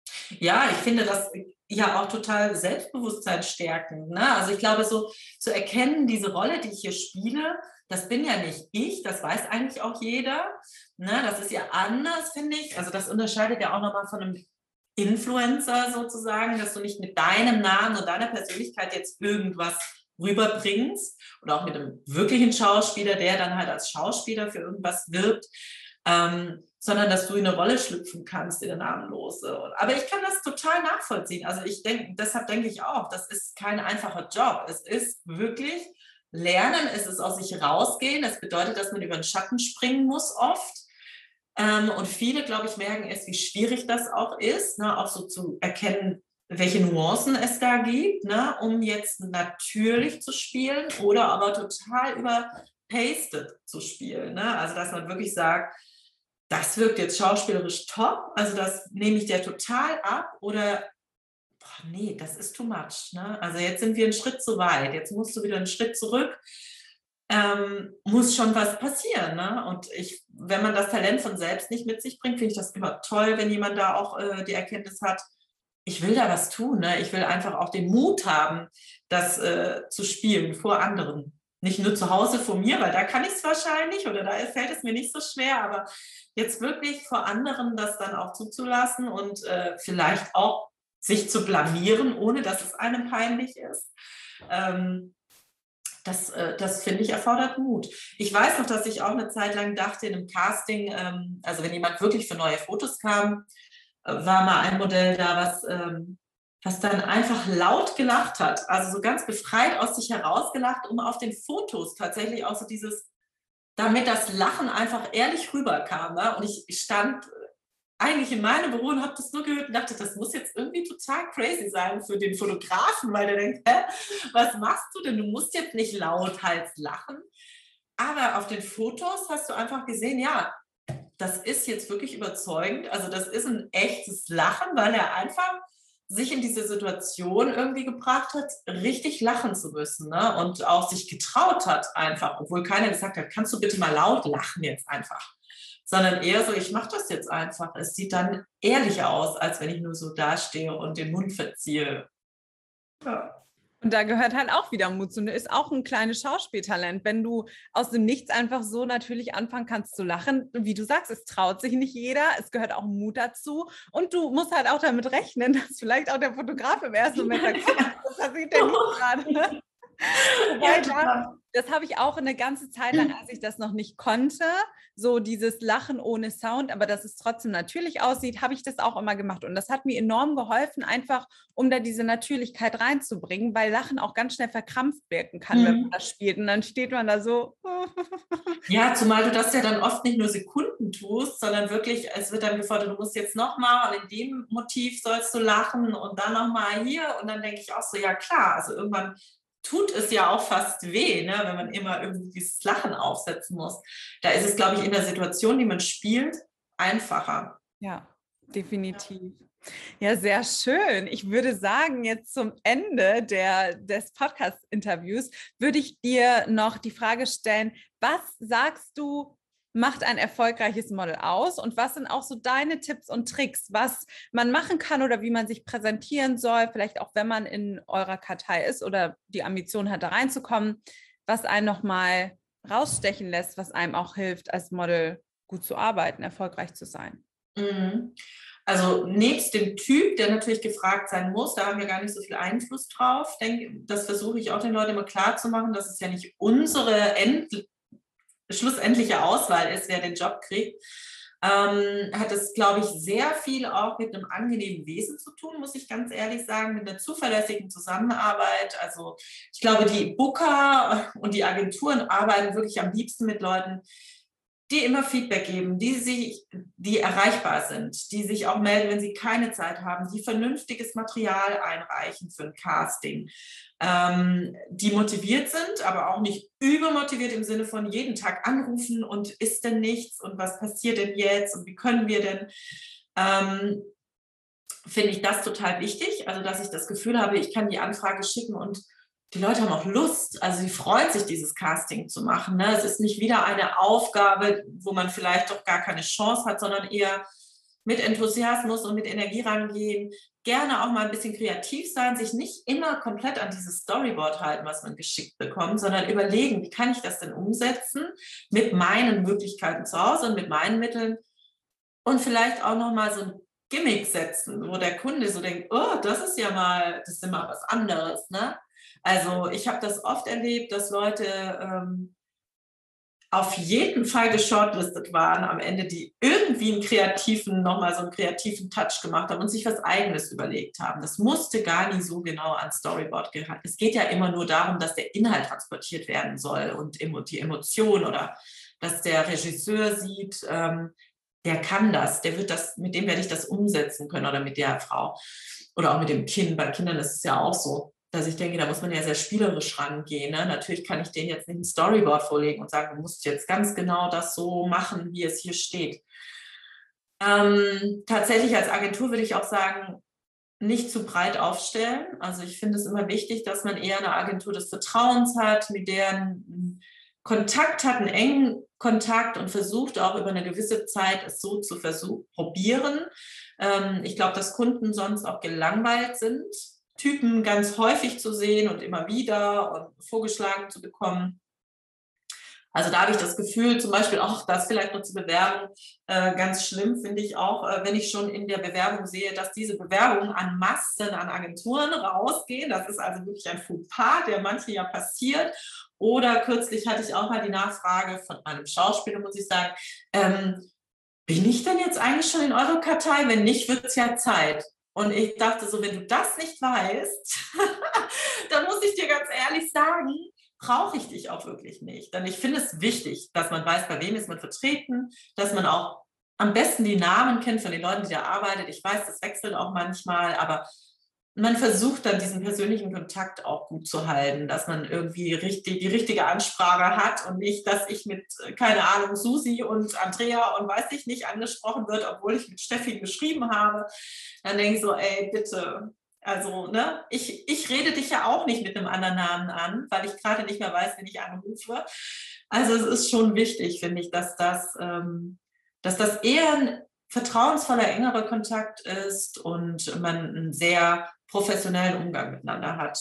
B: Ja, ich finde das ja auch total Selbstbewusstsein stärkend. Ne? Also ich glaube, so zu erkennen, diese Rolle, die ich hier spiele, das bin ja nicht ich, das weiß eigentlich auch jeder. Ne? Das ist ja anders, finde ich. Also das unterscheidet ja auch nochmal von einem Influencer sozusagen, dass du nicht mit deinem Namen und deiner Persönlichkeit jetzt irgendwas rüberbringst oder auch mit einem wirklichen Schauspieler, der dann halt als Schauspieler für irgendwas wirbt, ähm, sondern dass du in eine Rolle schlüpfen kannst, in eine namenlose. Aber ich kann das total nachvollziehen. Also ich denke, deshalb denke ich auch, das ist kein einfacher Job. Es ist wirklich Lernen, es ist aus sich rausgehen. Das bedeutet, dass man über den Schatten springen muss oft. Ähm, und viele, glaube ich, merken erst, wie schwierig das auch ist, ne? Auch so zu erkennen, welche Nuancen es da gibt, ne? Um jetzt natürlich zu spielen oder aber total überpasted zu spielen. Ne? Also dass man wirklich sagt, das wirkt jetzt schauspielerisch top, also das nehme ich dir total ab oder boah, nee, das ist too much. Ne? Also jetzt sind wir einen Schritt zu weit, jetzt musst du wieder einen Schritt zurück, ähm, muss schon was passieren. Ne? Und ich, wenn man das Talent von selbst nicht mit sich bringt, finde ich das immer toll, wenn jemand da auch äh, die Erkenntnis hat, ich will da was tun. Ne? Ich will einfach auch den Mut haben, das äh, zu spielen vor anderen. Nicht nur zu Hause vor mir, weil da kann ich es wahrscheinlich oder da fällt es mir nicht so schwer, aber jetzt wirklich vor anderen das dann auch zuzulassen und äh, vielleicht auch sich zu blamieren, ohne dass es einem peinlich ist. Ähm, das, äh, das finde ich erfordert Mut. Ich weiß noch, dass ich auch eine Zeit lang dachte in einem Casting, ähm, also wenn jemand wirklich für neue Fotos kam, äh, war mal ein Modell da, was, ähm, was dann einfach laut gelacht hat, also so ganz befreit aus sich herausgelacht, um auf den Fotos tatsächlich auch so dieses, damit das Lachen einfach ehrlich rüberkam. Ne? Und ich stand eigentlich in meinem Büro und habe das nur gehört und dachte, das muss jetzt irgendwie total crazy sein für den Fotografen, weil der denkt, hä, was machst du denn? Du musst jetzt nicht lauthals lachen. Aber auf den Fotos hast du einfach gesehen, ja, das ist jetzt wirklich überzeugend. Also das ist ein echtes Lachen, weil er einfach sich in diese Situation irgendwie gebracht hat, richtig lachen zu müssen, ne? Und auch sich getraut hat einfach, obwohl keiner gesagt hat, kannst du bitte mal laut lachen jetzt einfach. Sondern eher so, ich mache das jetzt einfach. Es sieht dann ehrlicher aus, als wenn ich nur so dastehe und den Mund verziehe. Ja.
A: Und da gehört halt auch wieder Mut zu. Und ist auch ein kleines Schauspieltalent, wenn du aus dem Nichts einfach so natürlich anfangen kannst zu lachen. Wie du sagst, es traut sich nicht jeder. Es gehört auch Mut dazu. Und du musst halt auch damit rechnen, dass vielleicht auch der Fotograf im ersten Moment sagt, das passiert ja nicht gerade. Wobei, ja, das habe ich auch eine ganze Zeit lang, als ich das noch nicht konnte, so dieses Lachen ohne Sound, aber dass es trotzdem natürlich aussieht, habe ich das auch immer gemacht. Und das hat mir enorm geholfen, einfach um da diese Natürlichkeit reinzubringen, weil Lachen auch ganz schnell verkrampft wirken kann, mhm. wenn man das spielt. Und dann steht man da so.
B: Ja, zumal du das ja dann oft nicht nur Sekunden tust, sondern wirklich, es wird dann gefordert, du musst jetzt nochmal und in dem Motiv sollst du lachen und dann nochmal hier. Und dann denke ich auch so, ja klar, also irgendwann tut es ja auch fast weh, ne, wenn man immer irgendwie dieses Lachen aufsetzen muss. Da ist es, glaube ich, in der Situation, die man spielt, einfacher.
A: Ja, definitiv. Ja, sehr schön. Ich würde sagen, jetzt zum Ende der, des Podcast-Interviews würde ich dir noch die Frage stellen, was sagst du, macht ein erfolgreiches Model aus und was sind auch so deine Tipps und Tricks, was man machen kann oder wie man sich präsentieren soll, vielleicht auch wenn man in eurer Kartei ist oder die Ambition hat, da reinzukommen, was einen nochmal rausstechen lässt, was einem auch hilft, als Model gut zu arbeiten, erfolgreich zu sein.
B: Mhm. Also nebst dem Typ, der natürlich gefragt sein muss, da haben wir gar nicht so viel Einfluss drauf. Denke, das versuche ich auch den Leuten immer klar zu machen, dass es ja nicht unsere End schlussendliche Auswahl ist, wer den Job kriegt, ähm, hat es, glaube ich, sehr viel auch mit einem angenehmen Wesen zu tun, muss ich ganz ehrlich sagen, mit einer zuverlässigen Zusammenarbeit. Also ich glaube, die Booker und die Agenturen arbeiten wirklich am liebsten mit Leuten, die immer Feedback geben, die, sich, die erreichbar sind, die sich auch melden, wenn sie keine Zeit haben, die vernünftiges Material einreichen für ein Casting, ähm, die motiviert sind, aber auch nicht übermotiviert im Sinne von jeden Tag anrufen und ist denn nichts und was passiert denn jetzt und wie können wir denn, ähm, finde ich das total wichtig, also dass ich das Gefühl habe, ich kann die Anfrage schicken und die Leute haben auch Lust, also sie freuen sich, dieses Casting zu machen. Ne? Es ist nicht wieder eine Aufgabe, wo man vielleicht doch gar keine Chance hat, sondern eher mit Enthusiasmus und mit Energie rangehen. Gerne auch mal ein bisschen kreativ sein, sich nicht immer komplett an dieses Storyboard halten, was man geschickt bekommt, sondern überlegen, wie kann ich das denn umsetzen mit meinen Möglichkeiten zu Hause und mit meinen Mitteln und vielleicht auch nochmal so ein Gimmick setzen, wo der Kunde so denkt, oh, das ist ja mal, das ist ja mal was anderes, ne? Also ich habe das oft erlebt, dass Leute ähm, auf jeden Fall geshortlistet waren am Ende, die irgendwie einen kreativen, nochmal so einen kreativen Touch gemacht haben und sich was Eigenes überlegt haben. Das musste gar nie so genau an Storyboard gehalten. Es geht ja immer nur darum, dass der Inhalt transportiert werden soll und die Emotion oder dass der Regisseur sieht, ähm, der kann das, der wird das, mit dem werde ich das umsetzen können oder mit der Frau oder auch mit dem Kind. Bei Kindern ist es ja auch so, dass ich denke, da muss man ja sehr spielerisch rangehen. Ne? Natürlich kann ich denen jetzt nicht ein Storyboard vorlegen und sagen, du musst jetzt ganz genau das so machen, wie es hier steht. Ähm, tatsächlich als Agentur würde ich auch sagen, nicht zu breit aufstellen. Also ich finde es immer wichtig, dass man eher eine Agentur des Vertrauens hat, mit der einen Kontakt hat, einen engen Kontakt und versucht auch über eine gewisse Zeit es so zu versuchen, probieren. Ähm, ich glaube, dass Kunden sonst auch gelangweilt sind, Typen ganz häufig zu sehen und immer wieder und vorgeschlagen zu bekommen. Also da habe ich das Gefühl, zum Beispiel auch das vielleicht noch zur Bewerbung, äh, ganz schlimm finde ich auch, äh, wenn ich schon in der Bewerbung sehe, dass diese Bewerbungen an Massen, an Agenturen rausgehen. Das ist also wirklich ein Fauxpas, der manche ja passiert. Oder kürzlich hatte ich auch mal die Nachfrage von einem Schauspieler, muss ich sagen, ähm, bin ich denn jetzt eigentlich schon in eurer Kartei? Wenn nicht, wird es ja Zeit. Und ich dachte so, wenn du das nicht weißt, dann muss ich dir ganz ehrlich sagen, brauche ich dich auch wirklich nicht. Denn ich finde es wichtig, dass man weiß, bei wem ist man vertreten, dass man auch am besten die Namen kennt von den Leuten, die da arbeiten. Ich weiß, das wechselt auch manchmal, aber man versucht dann diesen persönlichen Kontakt auch gut zu halten, dass man irgendwie richtig, die richtige Ansprache hat und nicht, dass ich mit, keine Ahnung, Susi und Andrea und weiß ich nicht angesprochen wird, obwohl ich mit Steffi geschrieben habe. Dann denke ich so, ey, bitte, also, ne, ich, ich rede dich ja auch nicht mit einem anderen Namen an, weil ich gerade nicht mehr weiß, wen ich anrufe. Also es ist schon wichtig, finde ich, dass das, ähm, dass das eher ein vertrauensvoller, engerer Kontakt ist und man einen sehr professionellen Umgang miteinander hat.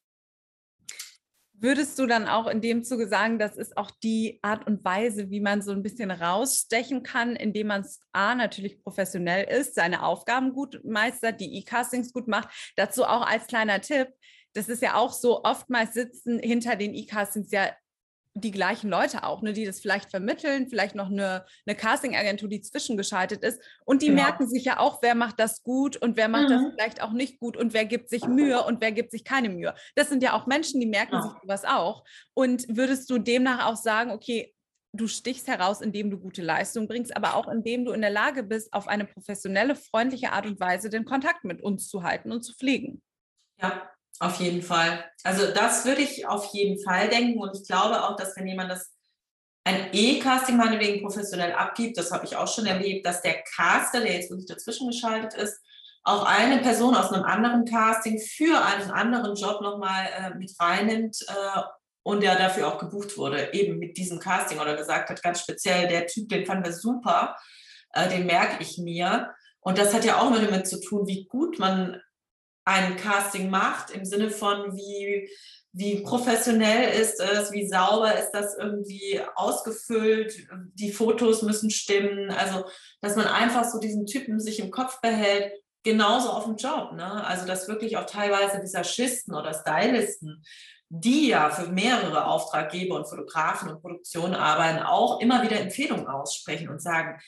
A: Würdest du dann auch in dem Zuge sagen, das ist auch die Art und Weise, wie man so ein bisschen rausstechen kann, indem man es A, natürlich professionell ist, seine Aufgaben gut meistert, die E-Castings gut macht. Dazu auch als kleiner Tipp, das ist ja auch so, oftmals sitzen hinter den E-Castings ja die gleichen Leute auch, ne, die das vielleicht vermitteln, vielleicht noch eine, eine Casting-Agentur, die zwischengeschaltet ist. Und die
B: Genau.
A: merken sich ja auch, wer macht das gut und wer macht
B: Mhm.
A: das vielleicht auch nicht gut und wer gibt sich Mühe und wer gibt sich keine Mühe. Das sind ja auch Menschen, die merken
B: Genau.
A: sich sowas auch. Und würdest du demnach auch sagen, okay, du stichst heraus, indem du gute Leistung bringst, aber auch indem du in der Lage bist, auf eine professionelle, freundliche Art und Weise den Kontakt mit uns zu halten und zu pflegen?
B: Ja, auf jeden Fall. Also das würde ich auf jeden Fall denken und ich glaube auch, dass wenn jemand das ein E-Casting meinetwegen professionell abgibt, das habe ich auch schon erlebt, dass der Caster, der jetzt wirklich dazwischen geschaltet ist, auch eine Person aus einem anderen Casting für einen anderen Job nochmal äh, mit reinnimmt äh, und der dafür auch gebucht wurde, eben mit diesem Casting oder gesagt hat, ganz speziell, der Typ, den fanden wir super, äh, den merke ich mir. Und das hat ja auch immer damit zu tun, wie gut man ein Casting macht, im Sinne von, wie, wie professionell ist es, wie sauber ist das irgendwie ausgefüllt, die Fotos müssen stimmen, also dass man einfach so diesen Typen sich im Kopf behält, genauso auf dem Job, ne? Also dass wirklich auch teilweise Visagisten oder Stylisten, die ja für mehrere Auftraggeber und Fotografen und Produktionen arbeiten, auch immer wieder Empfehlungen aussprechen und sagen,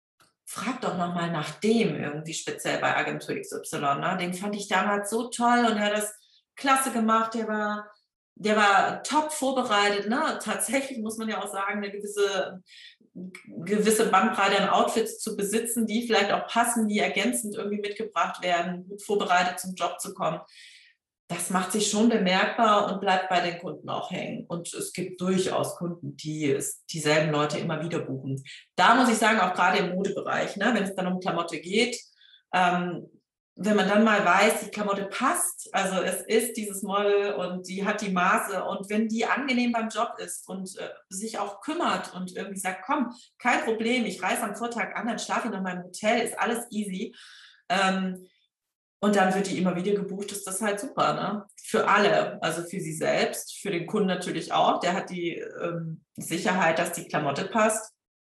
B: frag doch nochmal nach dem irgendwie speziell bei Agentur X Y. Ne? Den fand ich damals so toll und er hat das klasse gemacht. Der war, der war top vorbereitet. Ne? Tatsächlich muss man ja auch sagen, eine gewisse, gewisse Bandbreite an Outfits zu besitzen, die vielleicht auch passen, die ergänzend irgendwie mitgebracht werden, gut vorbereitet zum Job zu kommen. Das macht sich schon bemerkbar und bleibt bei den Kunden auch hängen. Und es gibt durchaus Kunden, die es, dieselben Leute immer wieder buchen. Da muss ich sagen, auch gerade im Modebereich, ne, wenn es dann um Klamotte geht, ähm, wenn man dann mal weiß, die Klamotte passt, also es ist dieses Model und die hat die Maße und wenn die angenehm beim Job ist und äh, sich auch kümmert und irgendwie sagt, komm, kein Problem, ich reise am Vortag an, dann schlafe ich in meinem Hotel, ist alles easy. Ähm, Und dann wird die immer wieder gebucht, ist das halt super, ne? Für alle, also für sie selbst, für den Kunden natürlich auch. Der hat die ähm, Sicherheit, dass die Klamotte passt.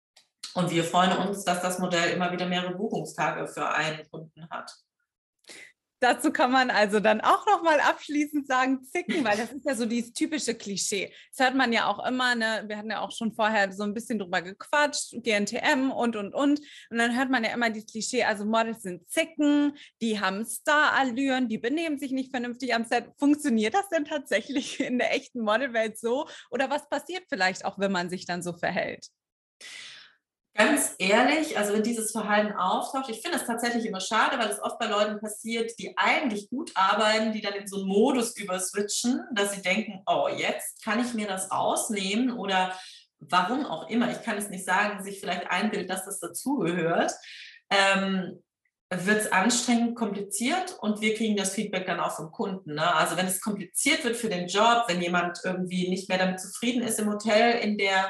B: Und wir freuen uns, dass das Modell immer wieder mehrere Buchungstage für einen Kunden hat.
A: Dazu kann man also dann auch noch mal abschließend sagen, zicken, weil das ist ja so dieses typische Klischee. Das hört man ja auch immer, ne? Wir hatten ja auch schon vorher so ein bisschen drüber gequatscht, G N T M und, und, und. Und dann hört man ja immer dieses Klischee, also Models sind Zicken, die haben Star-Allüren, die benehmen sich nicht vernünftig am Set. Funktioniert das denn tatsächlich in der echten Modelwelt so? Oder was passiert vielleicht auch, wenn man sich dann so verhält?
B: Ganz ehrlich, also wenn dieses Verhalten auftaucht, ich finde es tatsächlich immer schade, weil es oft bei Leuten passiert, die eigentlich gut arbeiten, die dann in so einen Modus überswitchen, dass sie denken, oh, jetzt kann ich mir das rausnehmen oder warum auch immer, ich kann es nicht sagen, sich vielleicht einbildet, dass das dazugehört, ähm, wird es anstrengend, kompliziert und wir kriegen das Feedback dann auch vom Kunden. Ne? Also wenn es kompliziert wird für den Job, wenn jemand irgendwie nicht mehr damit zufrieden ist im Hotel, in der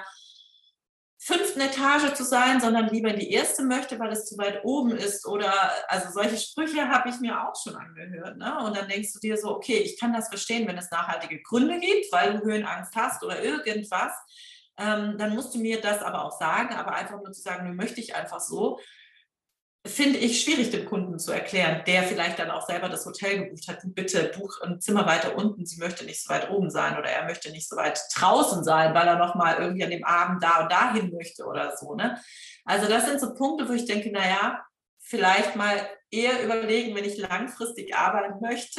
B: fünften Etage zu sein, sondern lieber in die erste möchte, weil es zu weit oben ist oder also solche Sprüche habe ich mir auch schon angehört. Ne? Und dann denkst du dir so, okay, ich kann das verstehen, wenn es nachhaltige Gründe gibt, weil du Höhenangst hast oder irgendwas, ähm, dann musst du mir das aber auch sagen, aber einfach nur zu sagen, nur möchte ich einfach so, finde ich schwierig dem Kunden zu erklären, der vielleicht dann auch selber das Hotel gebucht hat. Bitte buch ein Zimmer weiter unten, sie möchte nicht so weit oben sein oder er möchte nicht so weit draußen sein, weil er nochmal irgendwie an dem Abend da und dahin möchte oder so. Ne? Also das sind so Punkte, wo ich denke, naja, vielleicht mal eher überlegen, wenn ich langfristig arbeiten möchte.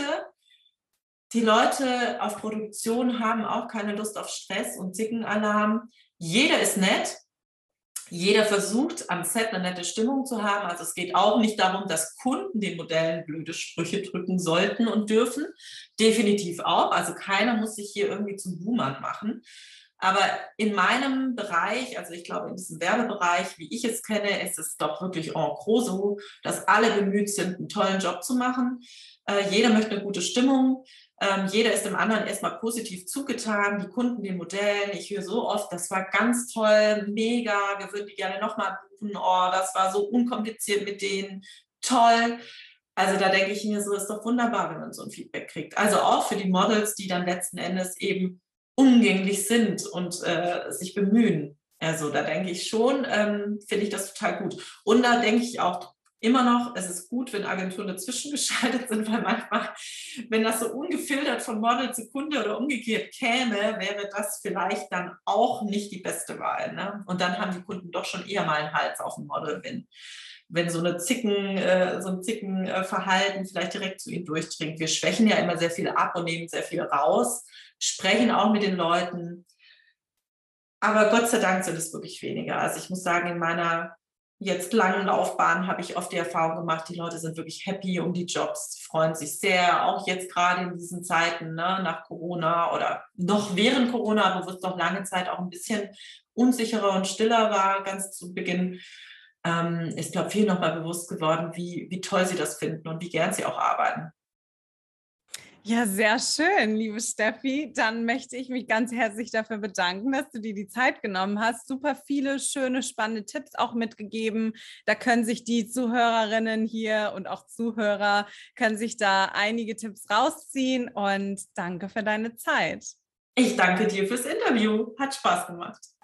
B: Die Leute auf Produktion haben auch keine Lust auf Stress und Zickenalarm. Jeder ist nett. Jeder versucht, am Set eine nette Stimmung zu haben. Also es geht auch nicht darum, dass Kunden den Modellen blöde Sprüche drücken sollten und dürfen. Definitiv auch. Also keiner muss sich hier irgendwie zum Buhmann machen. Aber in meinem Bereich, also ich glaube in diesem Werbebereich, wie ich es kenne, ist es doch wirklich en gros so, dass alle bemüht sind, einen tollen Job zu machen. Äh, jeder möchte eine gute Stimmung. Ähm, jeder ist dem anderen erstmal positiv zugetan, die Kunden, den Modellen. Ich höre so oft, das war ganz toll, mega, wir würden die gerne nochmal buchen. Oh, das war so unkompliziert mit denen, toll. Also da denke ich mir so, ist doch wunderbar, wenn man so ein Feedback kriegt. Also auch für die Models, die dann letzten Endes eben umgänglich sind und äh, sich bemühen. Also da denke ich schon, ähm, finde ich das total gut. Und da denke ich auch immer noch, es ist gut, wenn Agenturen dazwischen geschaltet sind, weil manchmal, wenn das so ungefiltert von Model zu Kunde oder umgekehrt käme, wäre das vielleicht dann auch nicht die beste Wahl. Ne? Und dann haben die Kunden doch schon eher mal einen Hals auf dem Model, wenn, wenn so, eine Zicken, äh, so ein Zickenverhalten vielleicht direkt zu ihnen durchdringt. Wir schwächen ja immer sehr viel ab und nehmen sehr viel raus, sprechen auch mit den Leuten. Aber Gott sei Dank sind es wirklich weniger. Also ich muss sagen, in meiner jetzt langen Laufbahn habe ich oft die Erfahrung gemacht, die Leute sind wirklich happy um die Jobs, freuen sich sehr, auch jetzt gerade in diesen Zeiten, ne, nach Corona oder noch während Corona, wo es doch lange Zeit auch ein bisschen unsicherer und stiller war, ganz zu Beginn, ähm, ist, glaube ich, viel nochmal bewusst geworden, wie, wie toll sie das finden und wie gern sie auch arbeiten.
A: Ja, sehr schön, liebe Steffi. Dann möchte ich mich ganz herzlich dafür bedanken, dass du dir die Zeit genommen hast. Super viele schöne, spannende Tipps auch mitgegeben. Da können sich die Zuhörerinnen hier und auch Zuhörer, können sich da einige Tipps rausziehen. Und danke für deine Zeit.
B: Ich danke dir fürs Interview. Hat Spaß gemacht.